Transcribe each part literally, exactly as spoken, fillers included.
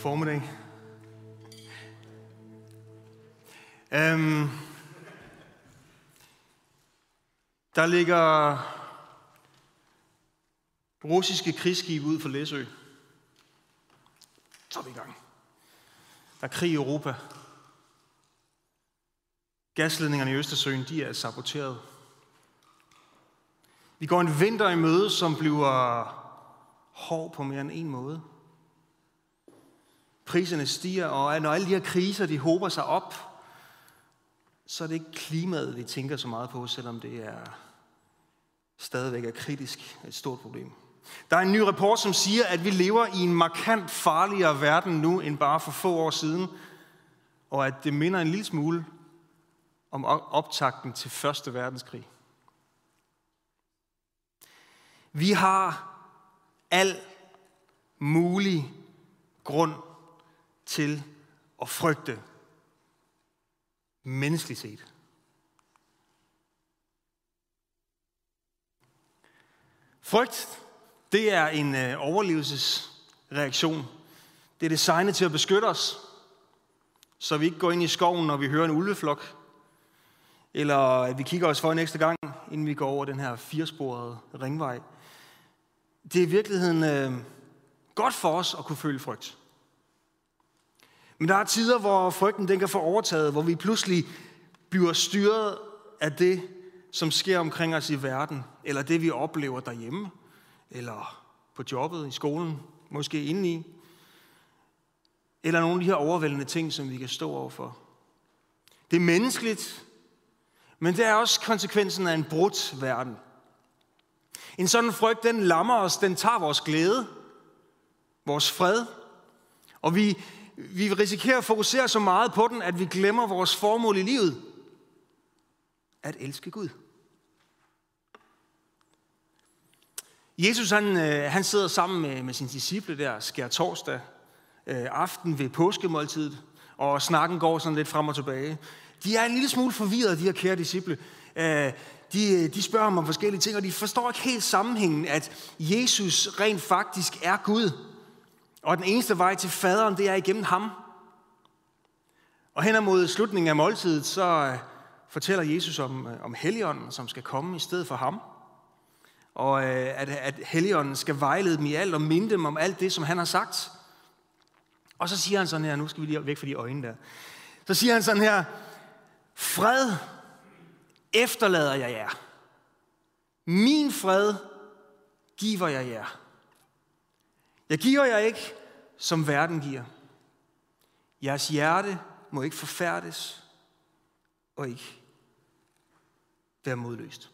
formiddag. Um, der ligger russiske krigsskibe ud for Læsø. Så er vi i gang. Der er krig i Europa. Gasledningerne i Østersøen, de er saboteret. Vi går en vinter i møde, som bliver hård på mere end en måde. Priserne stiger, og når alle de her kriser, de hober sig op, så er det ikke klimaet, vi tænker så meget på, selvom det er stadigvæk er kritisk et stort problem. Der er en ny rapport, som siger, at vi lever i en markant farligere verden nu, end bare for få år siden, og at det minder en lille smule om optakten til Første Verdenskrig. Vi har al mulig grund til at frygte, menneskeligt set. Frygt, det er en øh, overlevelsesreaktion. Det er designet til at beskytte os, så vi ikke går ind i skoven, når vi hører en ulveflok, eller at vi kigger os for en ekstra gang, inden vi går over den her firesporede ringvej. Det er i virkeligheden øh, godt for os at kunne føle frygt. Men der er tider, hvor frygten den kan få overtaget, hvor vi pludselig bliver styret af det, som sker omkring os i verden, eller det, vi oplever derhjemme, eller på jobbet, i skolen, måske indeni, eller nogle af de her overvældende ting, som vi kan stå overfor. Det er menneskeligt, men det er også konsekvensen af en brudt verden. En sådan frygt, den lammer os, den tager vores glæde, vores fred, og vi, vi risikerer at fokusere så meget på den, at vi glemmer vores formål i livet. At elske Gud. Jesus han, han sidder sammen med, med sine disciple der, skærtorsdag øh, aften ved påskemåltidet, og snakken går sådan lidt frem og tilbage. De er en lille smule forvirrede, de her kære disciple. Øh, de, de spørger ham om forskellige ting, og de forstår ikke helt sammenhængen, at Jesus rent faktisk er Gud. Og den eneste vej til faderen, det er igennem ham. Og hen mod slutningen af måltidet, så fortæller Jesus om, om Helligånden, som skal komme i stedet for ham. Og at, at Helligånden skal vejlede dem i alt og minde dem om alt det, som han har sagt. Og så siger han sådan her, nu skal vi lige væk fra de øjne der. Så siger han sådan her, fred efterlader jeg jer. Min fred giver jeg jer. Jeg giver jer ikke, som verden giver. Jeres hjerte må ikke forfærdes og ikke være modløst.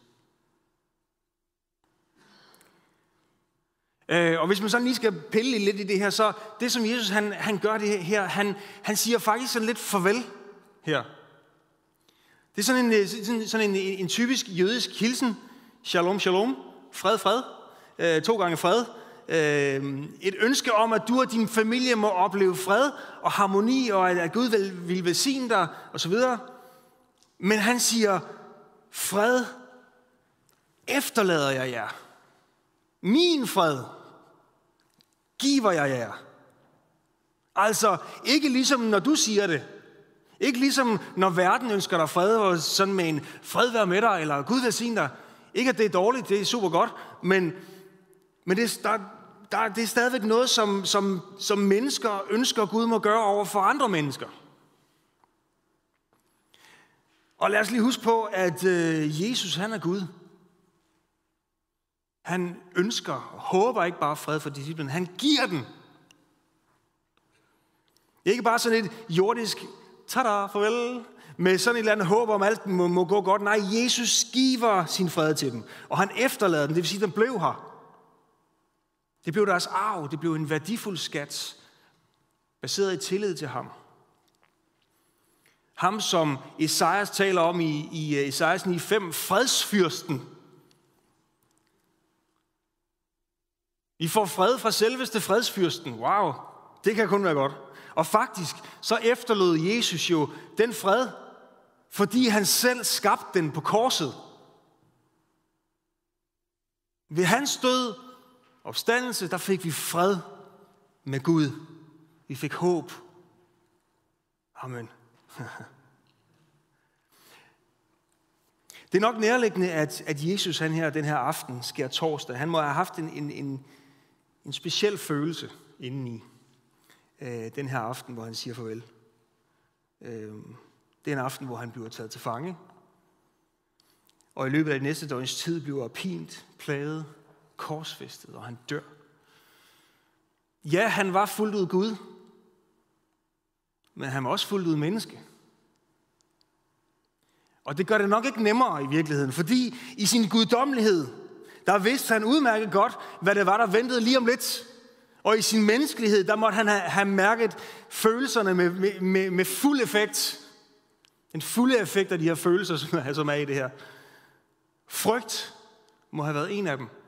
Øh, og hvis man sådan lige skal pille lidt i det her, så det som Jesus han, han gør det her, han, han siger faktisk sådan lidt farvel her. Det er sådan en, sådan, sådan en, en typisk jødisk hilsen. Shalom, shalom. Fred, fred. Øh, to gange fred. Et ønske om, at du og din familie må opleve fred og harmoni, og at Gud vil, vil velsigne dig, osv. Men han siger, fred efterlader jeg jer. Min fred giver jeg jer. Altså, ikke ligesom når du siger det. Ikke ligesom når verden ønsker dig fred, og sådan med en fred være med dig, eller Gud velsigne dig. Ikke at det er dårligt, det er super godt, men, men det, der, der, det er stadigvæk noget, som, som, som mennesker ønsker, Gud må gøre over for andre mennesker. Og lad os lige huske på, at øh, Jesus, han er Gud. Han ønsker og håber ikke bare fred for disciplen, han giver den. Det er ikke bare sådan et jordisk, tada, farvel, med sådan et eller andet håb om, alt må, må gå godt. Nej, Jesus giver sin fred til dem, og han efterlader den, det vil sige, at den blev her. Det blev deres arv, det blev en værdifuld skat, baseret i tillid til ham. Ham, som Esajas taler om i, i Esajas ni fem, fredsfyrsten. Vi får fred fra selveste fredsfyrsten. Wow, det kan kun være godt. Og faktisk, så efterlod Jesus jo den fred, fordi han selv skabte den på korset. Ved hans død og opstandelse, der fik vi fred med Gud. Vi fik håb. Amen. Det er nok nærliggende, at, at Jesus han her den her aften, skær torsdag, han må have haft en, en, en, en speciel følelse indeni øh, den her aften, hvor han siger farvel. Øh, det er en aften, hvor han bliver taget til fange. Og i løbet af det næste døgns tid bliver pint, plaget, korsfæstet, og han dør. Ja, han var fuldt ud Gud, men han var også fuldt ud menneske. Og det gør det nok ikke nemmere i virkeligheden, fordi i sin guddommelighed, der vidste han udmærket godt, hvad det var, der ventede lige om lidt. Og i sin menneskelighed, der måtte han have, have mærket følelserne med, med, med, med fuld effekt. En fulde effekt af de her følelser, som er, som er i det her. Frygt må have været en af dem,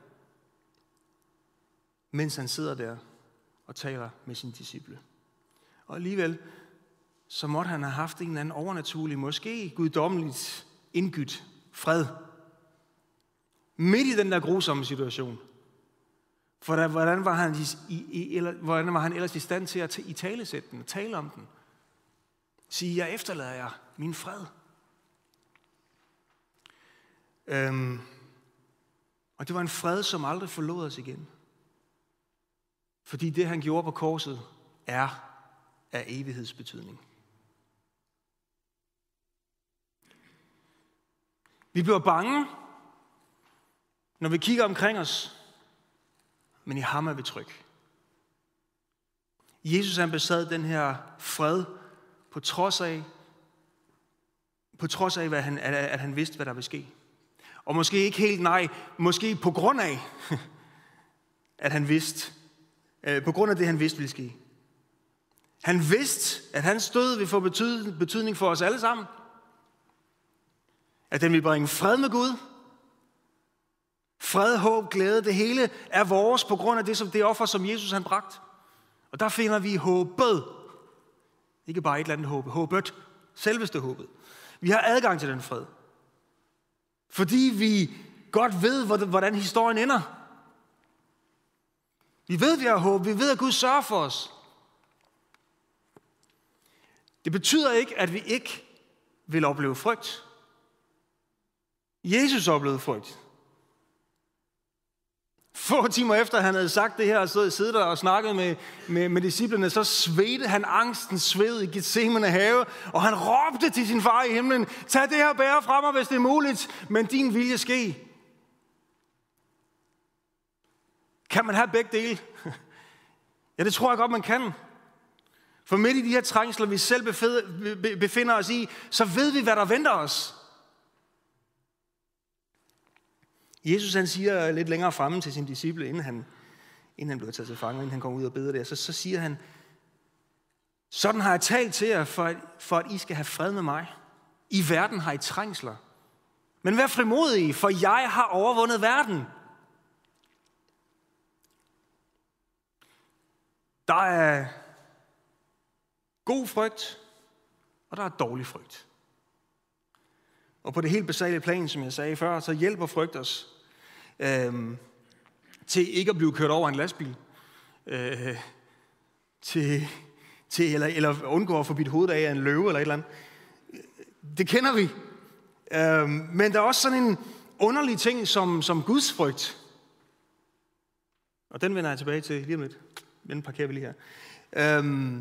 mens han sidder der og taler med sine disciple. Og alligevel, så måtte han have haft en eller anden overnaturlig, måske guddommeligt indgydt fred. Midt i den der grusomme situation. For der, hvordan, var han i, i, eller, hvordan var han ellers i stand til at italesætte den, tale om den? Sige, jeg efterlader jer min fred. Øhm, og det var en fred, som aldrig forlod os igen. Fordi det, han gjorde på korset, er af evighedsbetydning. Vi bliver bange, når vi kigger omkring os, men i ham er vi tryg. Jesus han besad den her fred på trods af, på trods af hvad han, at, at han vidste, hvad der ville ske. Og måske ikke helt nej, måske på grund af, at han vidste, øh, på grund af det, han vidste ville ske. Han vidste, at hans død ville få betydning for os alle sammen. At den vil bringe fred med Gud. Fred, håb, glæde, det hele er vores på grund af det, som det offer, som Jesus han bragt. Og der finder vi håbet. Ikke bare et eller andet håb, håbet. Selveste håbet. Vi har adgang til den fred. Fordi vi godt ved, hvordan historien ender. Vi ved, vi har håb. Vi ved, at Gud sørger for os. Det betyder ikke, at vi ikke vil opleve frygt. Jesus oplevede frygt. Få timer efter, han havde sagt det her, og siddet der og snakket med, med, med disciplene, så svedte han angsten sved i Getsemane have, og han råbte til sin far i himlen, tag det her bære fra mig, hvis det er muligt, men din vilje ske. Kan man have begge dele? Ja, det tror jeg godt, man kan. For midt i de her trængsler, vi selv befinder os i, så ved vi, hvad der venter os. Jesus han siger lidt længere fremme til sine disciple, inden han, inden han bliver taget til fange, inden han kommer ud og beder der, så, så siger han, sådan har jeg talt til jer, for at, for at I skal have fred med mig. I verden har I trængsler. Men vær frimodige, for jeg har overvundet verden. Der er god frygt, og der er dårlig frygt. Og på det helt basale plan, som jeg sagde før, så hjælper frygt os øh, til ikke at blive kørt over en lastbil. Øh, til, til, eller, eller undgå at få bidt hovedet af en løve eller et eller andet. Det kender vi. Øh, men der er også sådan en underlig ting som, som Guds frygt. Og den vender jeg tilbage til lige om lidt. Den parkerer vi lige her. Øh,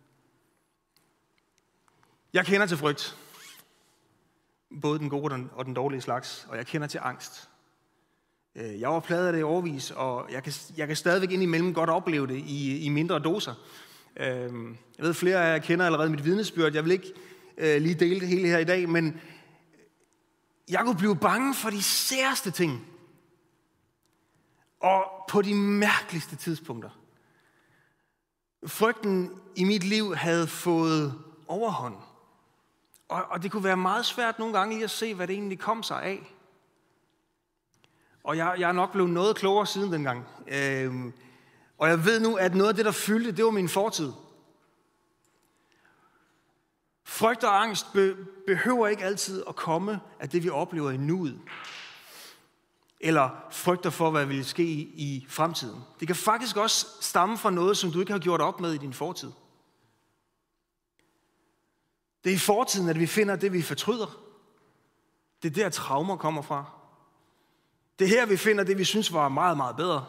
jeg kender til frygt. Både den gode og den dårlige slags, og jeg kender til angst. Jeg var plaget af det i årevis, og jeg kan, jeg kan stadigvæk indimellem godt opleve det i, i mindre doser. Jeg ved, flere af jer kender allerede mit vidnesbyrd. Jeg vil ikke uh, lige dele det hele her i dag, men jeg kunne blive bange for de særste ting. Og på de mærkeligste tidspunkter. Frygten i mit liv havde fået overhånd. Og, og det kunne være meget svært nogle gange lige at se, hvad det egentlig kom sig af. Og jeg, jeg er nok blevet noget klogere siden dengang. Øhm, og jeg ved nu, at noget af det, der fyldte, det var min fortid. Frygt og angst be, behøver ikke altid at komme af det, vi oplever i nuet. Eller frygter for, hvad vil ske i, i fremtiden. Det kan faktisk også stamme fra noget, som du ikke har gjort op med i din fortid. Det er i fortiden, at vi finder det, vi fortryder. Det er der, traumer kommer fra. Det er her, vi finder det, vi synes var meget, meget bedre.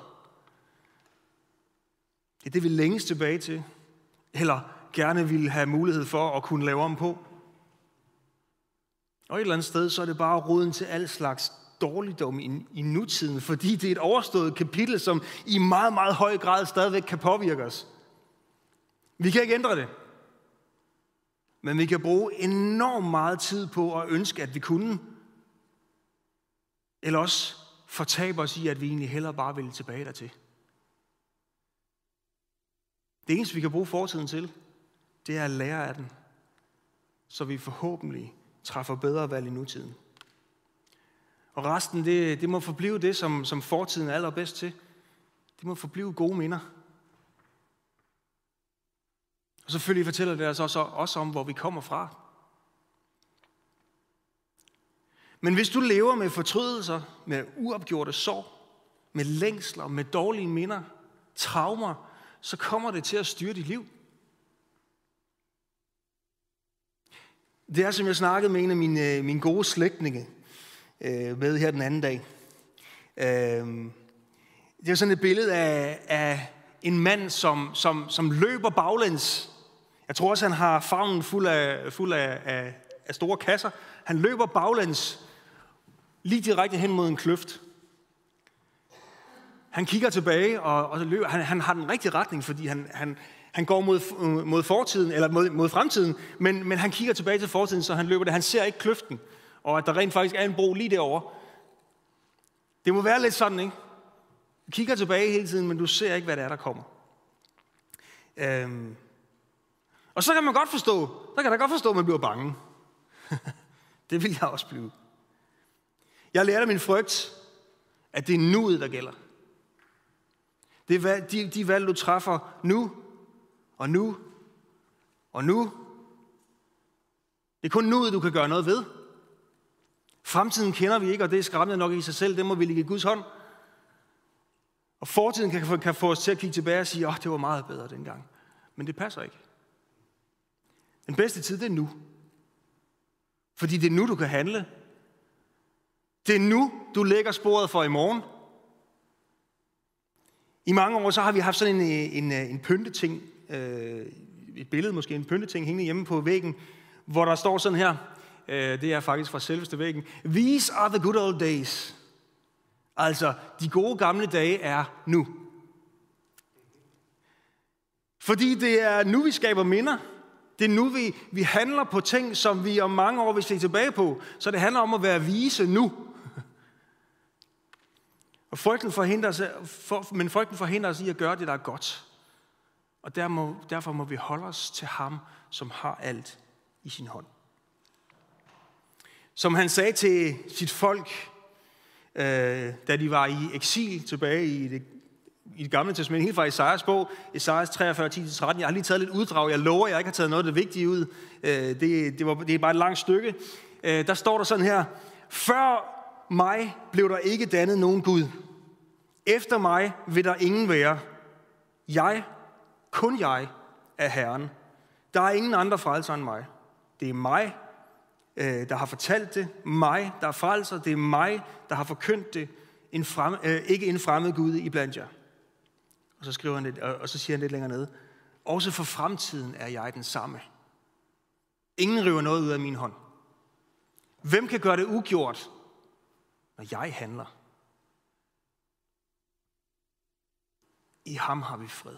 Det er det, vi længes tilbage til, eller gerne ville have mulighed for at kunne lave om på. Og et eller andet sted, så er det bare roden til al slags dårligdom i, i nutiden, fordi det er et overstået kapitel, som i meget, meget høj grad stadigvæk kan påvirke os. Vi kan ikke ændre det. Men vi kan bruge enormt meget tid på at ønske, at vi kunne. Eller også fortabe os i, at vi egentlig hellere bare vil tilbage dertil. Det eneste, vi kan bruge fortiden til, det er at lære af den, så vi forhåbentlig træffer bedre valg i nutiden. Og resten, det, det må forblive det, som, som fortiden er allerbedst til. Det må forblive gode minder. Og selvfølgelig fortæller det os også, også om, hvor vi kommer fra. Men hvis du lever med fortrydelser, med uopgjorte sår, med længsler, med dårlige minder, traumer, så kommer det til at styre dit liv. Det er, som jeg snakkede med en af mine, mine gode slægtninge øh, med her den anden dag. Øh, det er sådan et billede af, af en mand, som, som, som løber baglæns. Jeg tror også, han har favnen fuld af, fuld af, af, af store kasser. Han løber baglæns lige direkte hen mod en kløft. Han kigger tilbage, og, og løber. Han, han har den rigtige retning, fordi han, han, han går mod, mod fortiden, eller mod, mod fremtiden, men, men han kigger tilbage til fortiden, så han løber det. Han ser ikke kløften, og at der rent faktisk er en bro lige derovre. Det må være lidt sådan, ikke? Du kigger tilbage hele tiden, men du ser ikke, hvad det er, der kommer. Øhm. Og så kan man godt forstå, så kan jeg godt forstå, at man bliver bange. Det vil jeg også blive. Jeg lærte af min frygt, at det er nuet, der gælder. Det er de, de valg, du træffer nu, og nu, og nu. Det er kun nuet, du kan gøre noget ved. Fremtiden kender vi ikke, og det er skræmmende nok i sig selv. Det må vi ligge i Guds hånd. Og fortiden kan, kan få os til at kigge tilbage og sige, åh, det var meget bedre dengang. Men det passer ikke. Den bedste tid, det er nu. Fordi det er nu, du kan handle. Det er nu, du lægger sporet for i morgen. I mange år, så har vi haft sådan en, en, en pynteting, øh, et billede måske, en pynteting hængende hjemme på væggen, hvor der står sådan her, øh, det er faktisk fra selveste væggen, These are the good old days. Altså, de gode gamle dage er nu. Fordi det er nu, vi skaber minder. Det er nu, vi, vi handler på ting, som vi om mange år vil se tilbage på. Så det handler om at være vise nu. Og frygten forhindrer os, for, men frygten forhindrer os i at gøre det, der er godt. Og der må, derfor må vi holde os til ham, som har alt i sin hånd. Som han sagde til sit folk, øh, da de var i eksil tilbage i det, i det gamle testament, helt fra Esajas bog, Esajas treogfyrre, ti til tretten. Jeg har lige taget lidt uddrag. Jeg lover, jeg ikke har taget noget af det vigtige ud. Øh, det, det, var, det er bare et langt stykke. Øh, der står der sådan her, før mig blev der ikke dannet nogen Gud. Efter mig vil der ingen være. Jeg, kun jeg, er Herren. Der er ingen andre frelser end mig. Det er mig, der har fortalt det. Mig, der er frelser. Det er mig, der har forkyndt det. En frem, øh, ikke en fremmed Gud iblandt jer. Og så skriver han lidt, og så siger han lidt længere nede. Også for fremtiden er jeg den samme. Ingen river noget ud af min hånd. Hvem kan gøre det ugjort, når jeg handler? I ham har vi fred.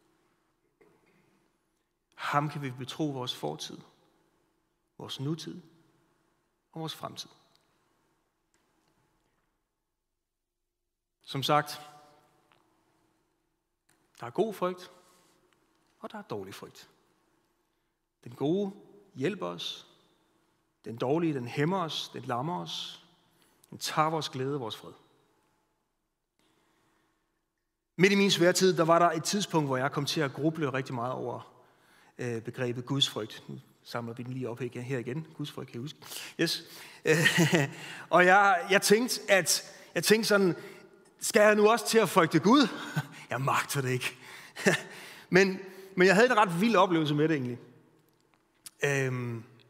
Ham kan vi betro vores fortid, vores nutid og vores fremtid. Som sagt, der er god frygt, og der er dårlig frygt. Den gode hjælper os. Den dårlige, den hæmmer os, den lammer os. Den tager vores glæde og vores fred. Midt i min svære tid, der var der et tidspunkt, hvor jeg kom til at gruble rigtig meget over øh, begrebet gudsfrygt. Nu samler vi den lige op her igen. Gudsfrygt, kan jeg huske. Yes. Og jeg, jeg tænkte, at jeg tænkte sådan, skal jeg nu også til at frygte Gud? Jeg magter det ikke. men, men jeg havde en ret vild oplevelse med det egentlig. Øhm,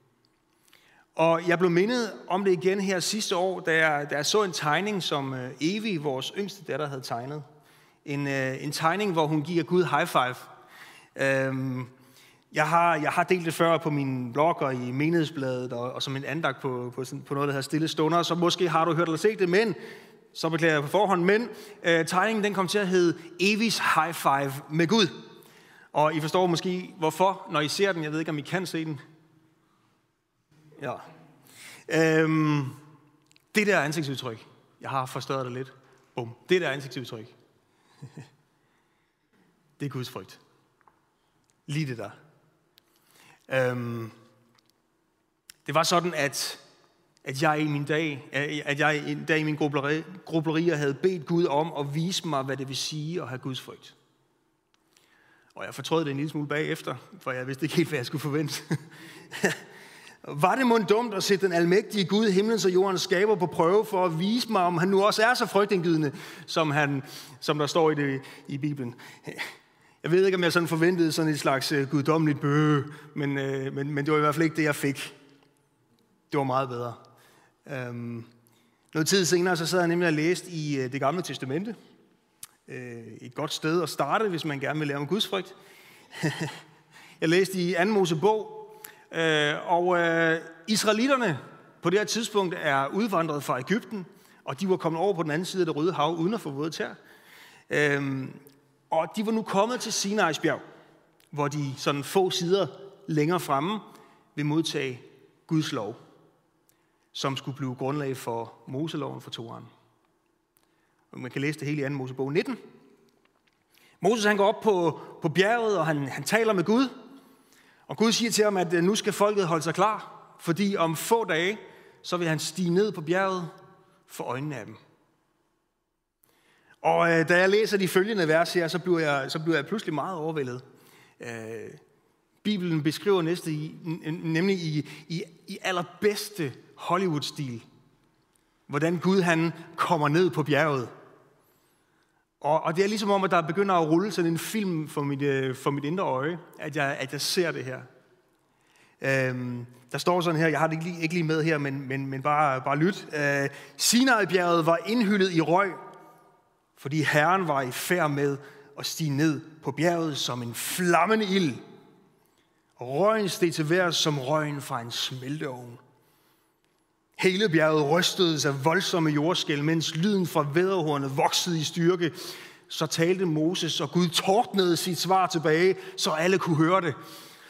Og jeg blev mindet om det igen her sidste år, da jeg, da jeg så en tegning, som uh, Evi, vores yngste datter, havde tegnet. En, uh, en tegning, hvor hun giver Gud high five. Uh, jeg, har, jeg har delt det før på min blog og i menighedsbladet, og, og som en andagt på, på, på noget, der hedder Stille Stunder, så måske har du hørt eller set det, men så beklager jeg på forhånd, men uh, tegningen den kom til at hedde Evis high five med Gud. Og I forstår måske hvorfor, når I ser den. Jeg ved ikke, om I kan se den. Ja. Øhm, det der ansigtsudtryk. Jeg har forstørret det lidt. Bum. Det der ansigtsudtryk. Det er Guds frygt. Lige det der. Øhm, det var sådan, at, at jeg i min dag, at jeg en dag i min grublerier havde bedt Gud om at vise mig, hvad det vil sige at have Guds frygt. Og jeg fortrød det en lille smule bagefter, for jeg vidste ikke helt, hvad jeg skulle forvente. Var det mon dumt at sætte den almægtige Gud, himlens og jordens skaber, på prøve for at vise mig, om han nu også er så frygtindgydende, som, han, som der står i, det, i Bibelen? Jeg ved ikke, om jeg sådan forventede sådan et slags uh, guddommeligt bøge, men, uh, men, men det var i hvert fald ikke det, jeg fik. Det var meget bedre. Um, noget tid senere, så sad jeg nemlig og læste i uh, det gamle testamente. Uh, et godt sted at starte, hvis man gerne vil lære om Guds frygt. Jeg læste i anden Mosebog, uh, og uh, israelitterne på det her tidspunkt er udvandret fra Egypten, og de var kommet over på den anden side af det Røde Hav, uden at få våde tær. Uh, Og de var nu kommet til Sinais bjerg, hvor de sådan få sider længere fremme vil modtage Guds lov, som skulle blive grundlag for Moseloven for Toraen. Man kan læse det hele i anden Mosebog nitten. Moses han går op på, på bjerget, og han, han taler med Gud. Og Gud siger til ham, at nu skal folket holde sig klar, fordi om få dage, så vil han stige ned på bjerget for øjnene af dem. Og øh, da jeg læser de følgende vers her, så bliver jeg, så bliver jeg pludselig meget overvældet. Øh, Bibelen beskriver næste i, nemlig i, i, i allerbedste Hollywood-stil, hvordan Gud han kommer ned på bjerget. Og, og det er ligesom om, at der begynder at rulle sådan en film for mit, øh, for mit indre øje, at jeg, at jeg ser det her. Øh, der står sådan her, jeg har det ikke lige, ikke lige med her, men, men, men bare, bare lyt. Øh, Sinai-bjerget var indhyllet i røg, fordi Herren var i færd med at stige ned på bjerget som en flammende ild. Og røgen steg til vejrs som røgen fra en smelteovn. Hele bjerget rystedes af voldsomme jordskælv, mens lyden fra vædderhornet voksede i styrke. Så talte Moses, og Gud tordnede sit svar tilbage, så alle kunne høre det.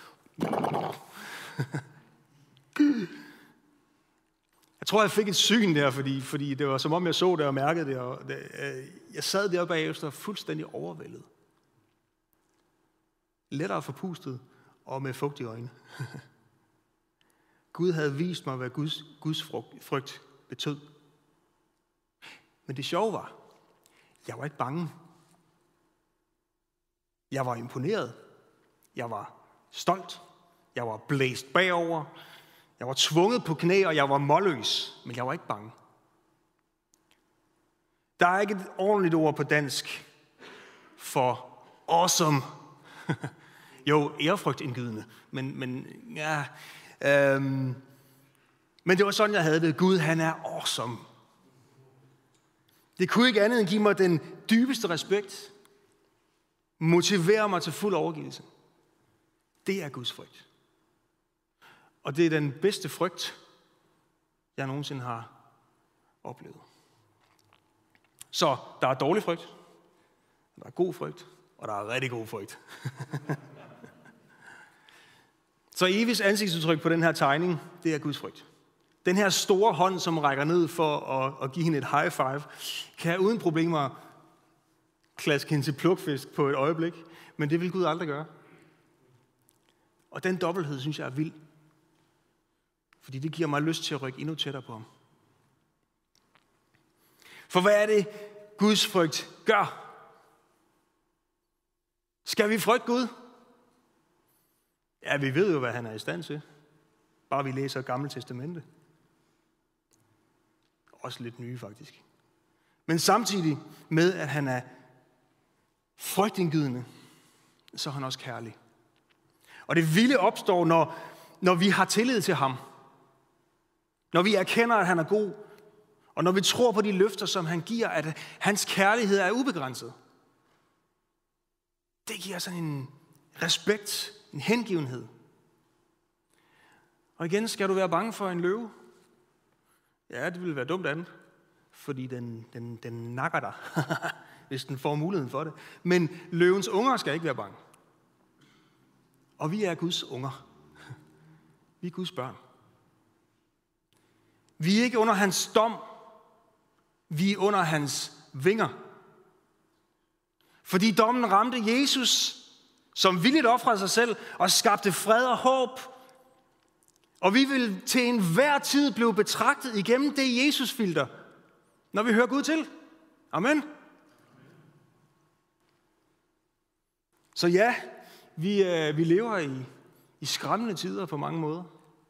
Jeg tror, jeg fik et syn der, fordi, fordi det var som om, jeg så det og mærkede det. Og det øh, jeg sad der bagefter fuldstændig overvældet. Lettere forpustet og med fugtige øjne. Gud havde vist mig, hvad Guds, Guds frygt betød. Men det sjove var, jeg var ikke bange. Jeg var imponeret. Jeg var stolt. Jeg var blæst bagover. Jeg var tvunget på knæ, og jeg var målløs, men jeg var ikke bange. Der er ikke et ordentligt ord på dansk for awesome. Jo, ærefrygtindgydende, men, men ja. Øhm, men det var sådan, jeg havde det. Gud, han er awesome. Det kunne ikke andet end give mig den dybeste respekt. Motivere mig til fuld overgivelse. Det er Guds frygt. Og det er den bedste frygt, jeg nogensinde har oplevet. Så der er dårlig frygt, der er god frygt, og der er rigtig god frygt. Så Evis ansigtsudtryk på den her tegning, det er Guds frygt. Den her store hånd, som rækker ned for at, at give hende et high five, kan uden problemer klaske hende til plukfisk på et øjeblik, men det vil Gud aldrig gøre. Og den dobbelthed, synes jeg, er vild. Fordi det giver mig lyst til at rykke endnu tættere på ham. For hvad er det, Guds frygt gør? Skal vi frygte Gud? Ja, vi ved jo, hvad han er i stand til. Bare vi læser Gamle Testamente. Også lidt nye, faktisk. Men samtidig med, at han er frygtindgydende, så er han også kærlig. Og det vilde opstår, når, når vi har tillid til ham. Når vi erkender, at han er god, og når vi tror på de løfter, som han giver, at hans kærlighed er ubegrænset. Det giver sådan en respekt, en hengivenhed. Og igen, skal du være bange for en løve? Ja, det ville være dumt andet, fordi den, den, den nakker dig, hvis den får muligheden for det. Men løvens unger skal ikke være bange. Og vi er Guds unger. Vi er Guds børn. Vi er ikke under hans dom. Vi er under hans vinger. Fordi dommen ramte Jesus, som villigt ofrede sig selv og skabte fred og håb. Og vi vil til enhver tid blive betragtet igennem det Jesus-filter, når vi hører Gud til. Amen. Så ja, vi, øh, vi lever i, i skræmmende tider på mange måder.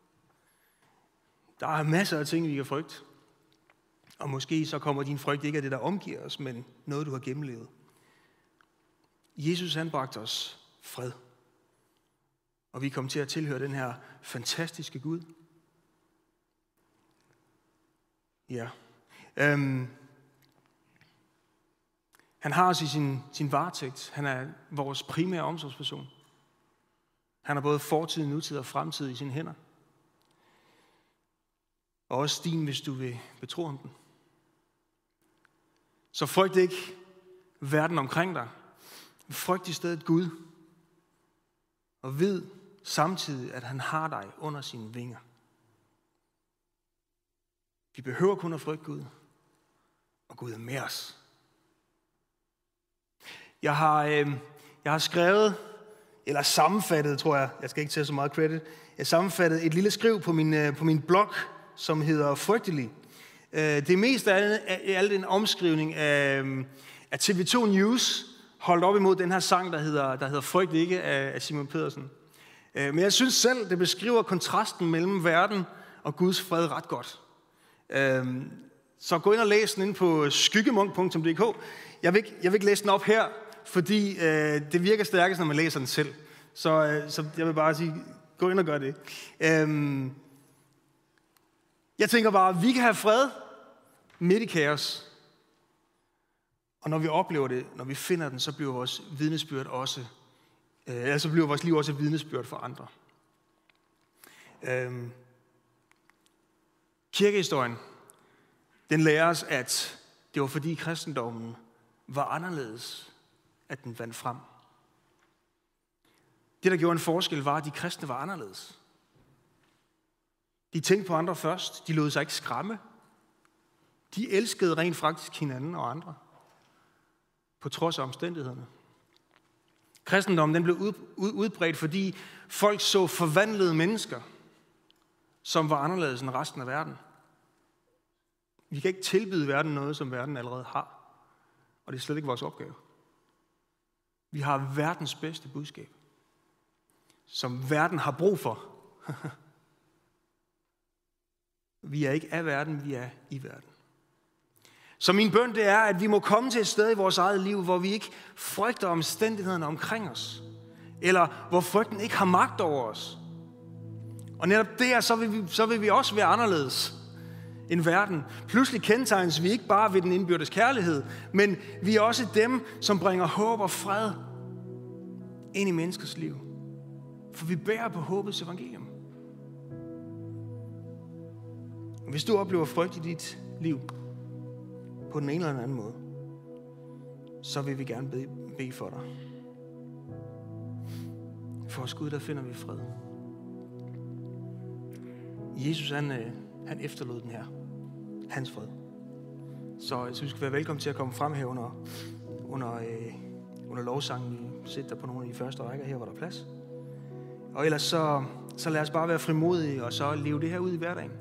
Der er masser af ting, vi kan frygte. Og måske så kommer din frygt ikke af det, der omgiver os, men noget, du har gennemlevet. Jesus han bragte os fred. Og vi kom til at tilhøre den her fantastiske Gud. Ja. Øhm. Han har os i sin, sin varetægt. Han er vores primære omsorgsperson. Han har både fortid, nutid og fremtid i sine hænder. Og også din, hvis du vil betro ham den. Så frygt ikke verden omkring dig. Frygt i stedet Gud. Og vid samtidig, at han har dig under sine vinger. Vi behøver kun at frygte Gud. Og Gud er med os. Jeg har, øh, jeg har skrevet, eller sammenfattet, tror jeg, jeg skal ikke tage så meget credit, jeg har sammenfattet et lille skriv på min, øh, på min blog, som hedder Frygtelig. Øh, det er mest af alt en omskrivning af, af T V to News, holdt op imod den her sang, der hedder, der hedder Frygt ikke af, af Simon Pedersen. Øh, men jeg synes selv, det beskriver kontrasten mellem verden og Guds fred ret godt. Øh, så gå ind og læs den inde på skyggemunk punktum d k. Jeg vil ikke, jeg vil ikke læse den op her, fordi øh, det virker stærkest, når man læser den selv. Så, øh, så jeg vil bare sige, gå ind og gør det. Øhm, jeg tænker bare, at vi kan have fred midt i kaos. Og når vi oplever det, når vi finder den, så bliver vores vidnesbyrd også, øh, altså bliver vores liv også et vidnesbyrd for andre. Øhm, kirkehistorien, den lærer os, at det var fordi kristendommen var anderledes, at den vandt frem. Det, der gjorde en forskel, var, at de kristne var anderledes. De tænkte på andre først. De lod sig ikke skræmme. De elskede rent faktisk hinanden og andre. På trods af omstændighederne. Kristendommen den blev ud, ud, udbredt, fordi folk så forvandlede mennesker, som var anderledes end resten af verden. Vi kan ikke tilbyde verden noget, som verden allerede har. Og det er slet ikke vores opgave. Vi har verdens bedste budskab, som verden har brug for. Vi er ikke af verden, vi er i verden. Så min bøn det er, at vi må komme til et sted i vores eget liv, hvor vi ikke frygter omstændighederne omkring os. Eller hvor frygten ikke har magt over os. Og netop der, så vil vi, så vil vi også være anderledes end verden. Pludselig kendetegnes vi ikke bare ved den indbyrdes kærlighed, men vi er også dem, som bringer håb og fred ind i menneskers liv. For vi bærer på håbets evangelium. Hvis du oplever frygt i dit liv, på den ene eller anden måde, så vil vi gerne bede, bede for dig. For os Gud, der finder vi fred. Jesus, han, han efterlod den her. Hans fred. Så, så vi skal være velkommen til at komme frem her under, under, øh, under lovsangen. Vi sidder på nogle af de første rækker her, hvor der er plads. Og ellers så, så lad os bare være frimodige, og så leve det her ud i hverdagen.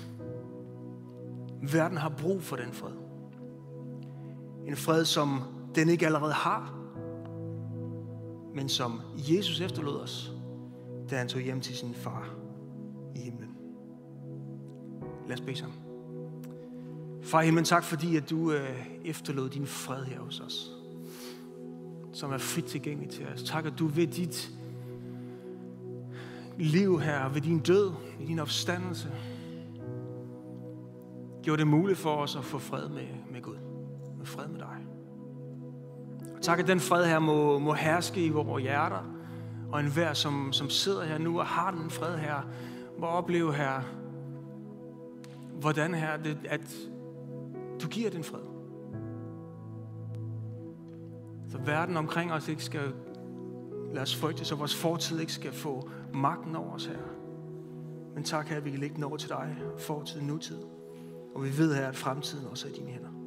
Verden har brug for den fred. En fred, som den ikke allerede har, men som Jesus efterlod os, da han tog hjem til sin far i himlen. Lad os bede sammen. Far i himlen, tak fordi, at du øh, efterlod din fred her hos os, som er frit tilgængelig til os. Tak, at du ved dit liv her, ved din død, ved din opstandelse, gjorde det muligt for os at få fred med, med Gud. Med fred med dig. Og tak, at den fred her må, må herske i vores hjerter. Og enhver, som, som sidder her nu og har den fred her, må opleve her, hvordan her, det, at du giver den fred. Så verden omkring os ikke skal lade os frygte, så vores fortid ikke skal få magten over os her. Men tak her, at vi kan lægge den over til dig, fortid, nutid. Og vi ved her, at fremtiden også er i dine hænder.